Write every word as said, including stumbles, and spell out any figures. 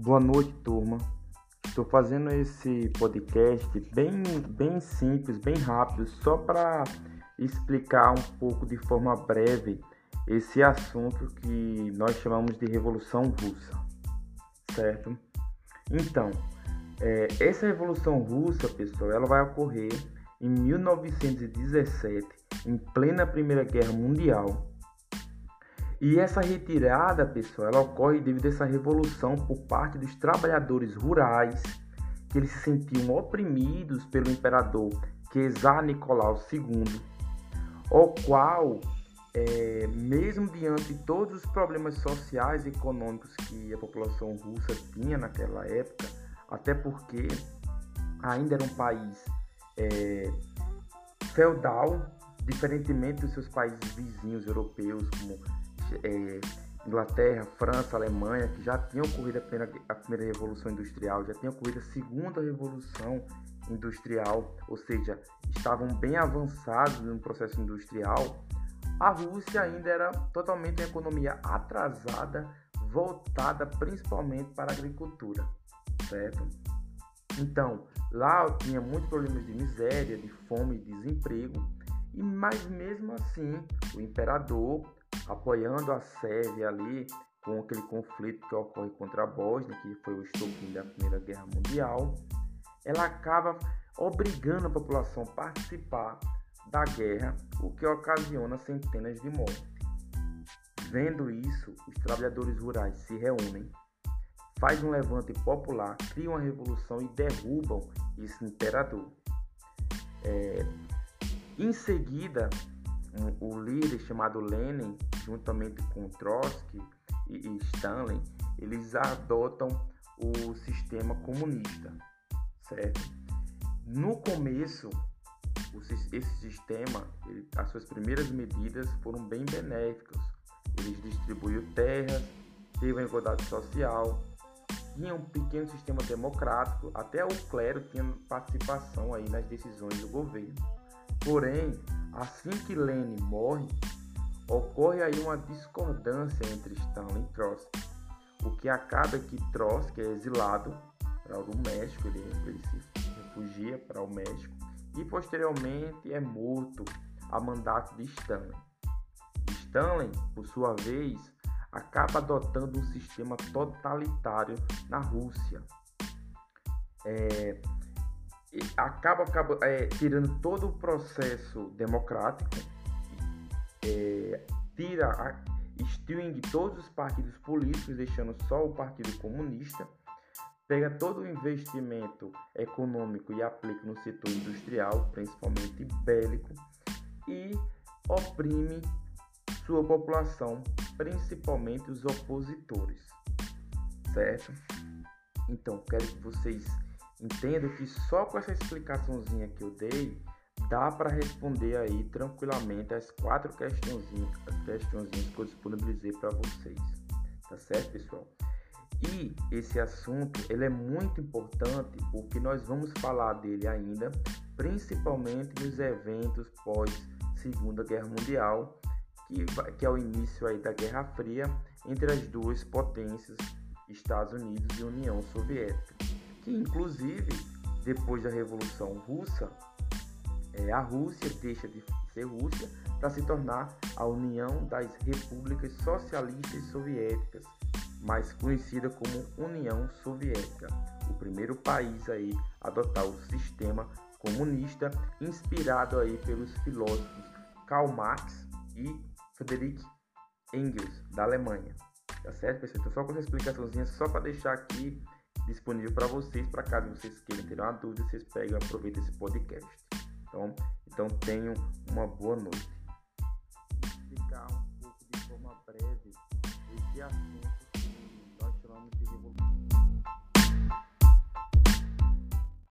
Boa noite, turma. Estou fazendo esse podcast bem, bem simples, bem rápido, só para explicar um pouco de forma breve esse assunto que nós chamamos de Revolução Russa, certo? Então, é, essa Revolução Russa, pessoal, ela vai ocorrer em mil novecentos e dezessete, em plena Primeira Guerra Mundial. E essa retirada, pessoal, ela ocorre devido a essa revolução por parte dos trabalhadores rurais, que eles se sentiam oprimidos pelo imperador Czar Nicolau segundo, o qual, é, mesmo diante de todos os problemas sociais e econômicos que a população russa tinha naquela época, até porque ainda era um país é, feudal, diferentemente dos seus países vizinhos europeus, como É, Inglaterra, França, Alemanha, que já tinham ocorrido a primeira, a primeira Revolução Industrial, já tinha ocorrido a Segunda Revolução Industrial, ou seja, estavam bem avançados no processo industrial. A Rússia ainda era totalmente uma economia atrasada, voltada principalmente para a agricultura, certo? Então, lá tinha muitos problemas de miséria, de fome e desemprego, e mas mesmo assim, o imperador, apoiando a Sérvia ali, com aquele conflito que ocorre contra a Bósnia, que foi o estopim da Primeira Guerra Mundial, ela acaba obrigando a população a participar da guerra, o que ocasiona centenas de mortes. Vendo isso, os trabalhadores rurais se reúnem, fazem um levante popular, criam uma revolução e derrubam esse imperador. É, em seguida, o líder chamado Lenin, juntamente com Trotsky e Stalin, eles adotam o sistema comunista, certo? No começo, esse sistema, as suas primeiras medidas foram bem benéficas. Eles distribuíram terras, teve uma igualdade social, tinha um pequeno sistema democrático, até o clero tinha participação aí nas decisões do governo. Porém, assim que Lenin morre, ocorre aí uma discordância entre Stalin e Trotsky, o que acaba que Trotsky é exilado para o México, ele, ele se refugia para o México e posteriormente é morto a mandato de Stalin. Stalin, por sua vez, acaba adotando um sistema totalitário na Rússia. É, acaba, acaba é, tirando todo o processo democrático, é, tira, extingue todos os partidos políticos, deixando só o Partido Comunista, pega todo o investimento econômico e aplica no setor industrial, principalmente bélico, e oprime sua população, principalmente os opositores, certo? Então, quero que vocês entendo que só com essa explicaçãozinha que eu dei, dá para responder aí tranquilamente as quatro questõezinhas, questõezinhas que eu disponibilizei para vocês. Tá certo, pessoal? E esse assunto, ele é muito importante porque nós vamos falar dele ainda, principalmente nos eventos pós Segunda Guerra Mundial, que, que é o início aí da Guerra Fria entre as duas potências, Estados Unidos e União Soviética. Que, inclusive, depois da Revolução Russa, é, a Rússia deixa de ser Rússia para se tornar a União das Repúblicas Socialistas Soviéticas, mais conhecida como União Soviética, o primeiro país aí a adotar o sistema comunista, inspirado aí pelos filósofos Karl Marx e Friedrich Engels, da Alemanha. Tá certo, pessoal? Então, só com essa explicaçãozinha, só para deixar aqui disponível para vocês, para caso vocês queiram ter uma dúvida, vocês pegam e aproveitem esse podcast. Então, então tenham uma boa noite. Vou explicar um pouco de forma breve esse assunto que nós chamamos de